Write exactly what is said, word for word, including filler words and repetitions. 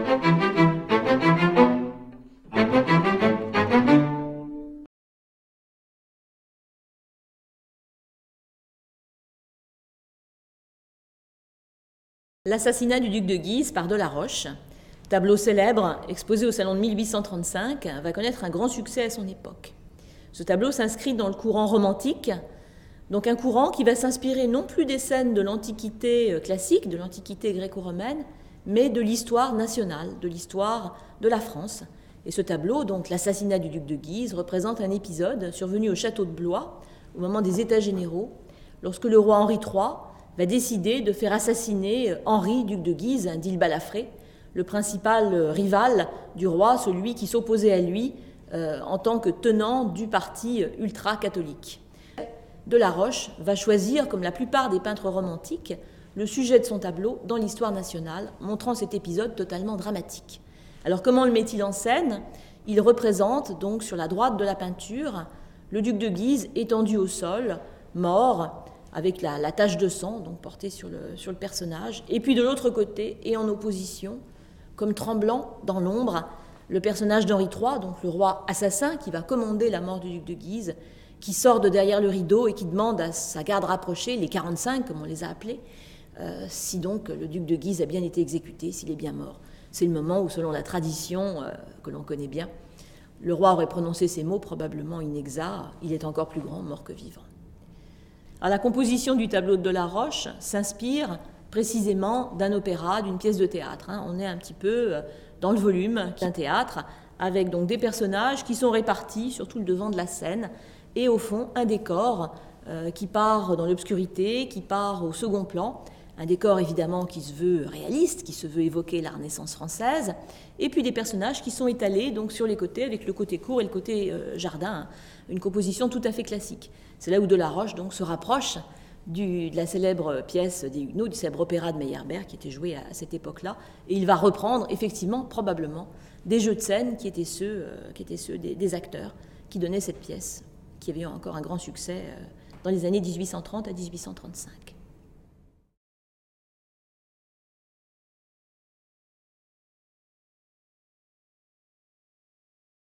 L'assassinat du duc de Guise par Delaroche, tableau célèbre exposé au salon de mille huit cent trente-cinq, va connaître un grand succès à son époque. Ce tableau s'inscrit dans le courant romantique, donc un courant qui va s'inspirer non plus des scènes de l'Antiquité classique, de l'Antiquité gréco-romaine, mais de l'histoire nationale, de l'histoire de la France. Et ce tableau, donc l'assassinat du duc de Guise, représente un épisode survenu au château de Blois, au moment des États généraux, lorsque le roi Henri trois va décider de faire assassiner Henri, duc de Guise, d'Île Balafré, le principal rival du roi, celui qui s'opposait à lui euh, en tant que tenant du parti ultra-catholique. Delaroche va choisir, comme la plupart des peintres romantiques, le sujet de son tableau dans l'histoire nationale, montrant cet épisode totalement dramatique. Alors comment le met-il en scène ? Il représente donc sur la droite de la peinture le duc de Guise étendu au sol, mort, avec la, la tache de sang donc portée sur le, sur le personnage, et puis de l'autre côté, et en opposition, comme tremblant dans l'ombre, le personnage d'Henri trois, donc le roi assassin qui va commander la mort du duc de Guise, qui sort de derrière le rideau et qui demande à sa garde rapprochée, les quarante-cinq comme on les a appelés, euh, si donc le duc de Guise a bien été exécuté, s'il est bien mort. C'est le moment où, selon la tradition euh, que l'on connaît bien, le roi aurait prononcé ces mots probablement inexacts, il est encore plus grand mort que vivant. Alors, la composition du tableau de Delaroche s'inspire précisément d'un opéra, d'une pièce de théâtre. Hein. On est un petit peu dans le volume d'un théâtre, avec donc des personnages qui sont répartis sur tout le devant de la scène, et au fond un décor euh, qui part dans l'obscurité, qui part au second plan, un décor évidemment qui se veut réaliste, qui se veut évoquer la Renaissance française, et puis des personnages qui sont étalés donc sur les côtés, avec le côté court et le côté euh, jardin, hein. Une composition tout à fait classique. C'est là où Delaroche donc se rapproche du, de la célèbre pièce des Huguenots, du célèbre opéra de Meyerbeer qui était joué à, à cette époque-là, et il va reprendre effectivement, probablement, des jeux de scène qui étaient ceux, euh, qui étaient ceux des, des acteurs qui donnaient cette pièce, qui avait eu encore un grand succès euh, dans les années dix-huit cent trente à dix-huit cent trente-cinq.